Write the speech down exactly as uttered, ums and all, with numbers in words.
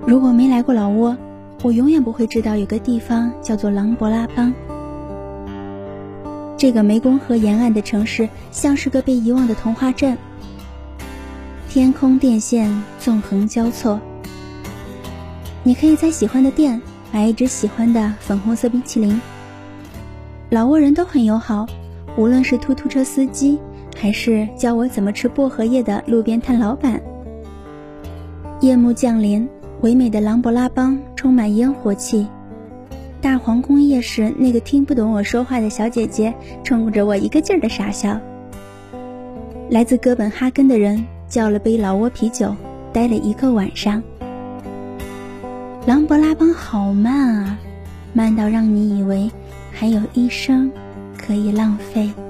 如果没来过老挝，我永远不会知道有个地方叫做琅勃拉邦。这个湄公河沿岸的城市像是个被遗忘的童话镇，天空电线纵横交错，你可以在喜欢的店买一只喜欢的粉红色冰淇淋。老挝人都很友好，无论是突突车司机，还是教我怎么吃薄荷叶的路边摊老板。夜幕降临，唯美的琅勃拉邦充满烟火气。大皇宫夜市那个听不懂我说话的小姐姐冲着我一个劲儿的傻笑。来自哥本哈根的人叫了杯老挝啤酒，待了一个晚上。琅勃拉邦好慢啊，慢到让你以为还有一生可以浪费。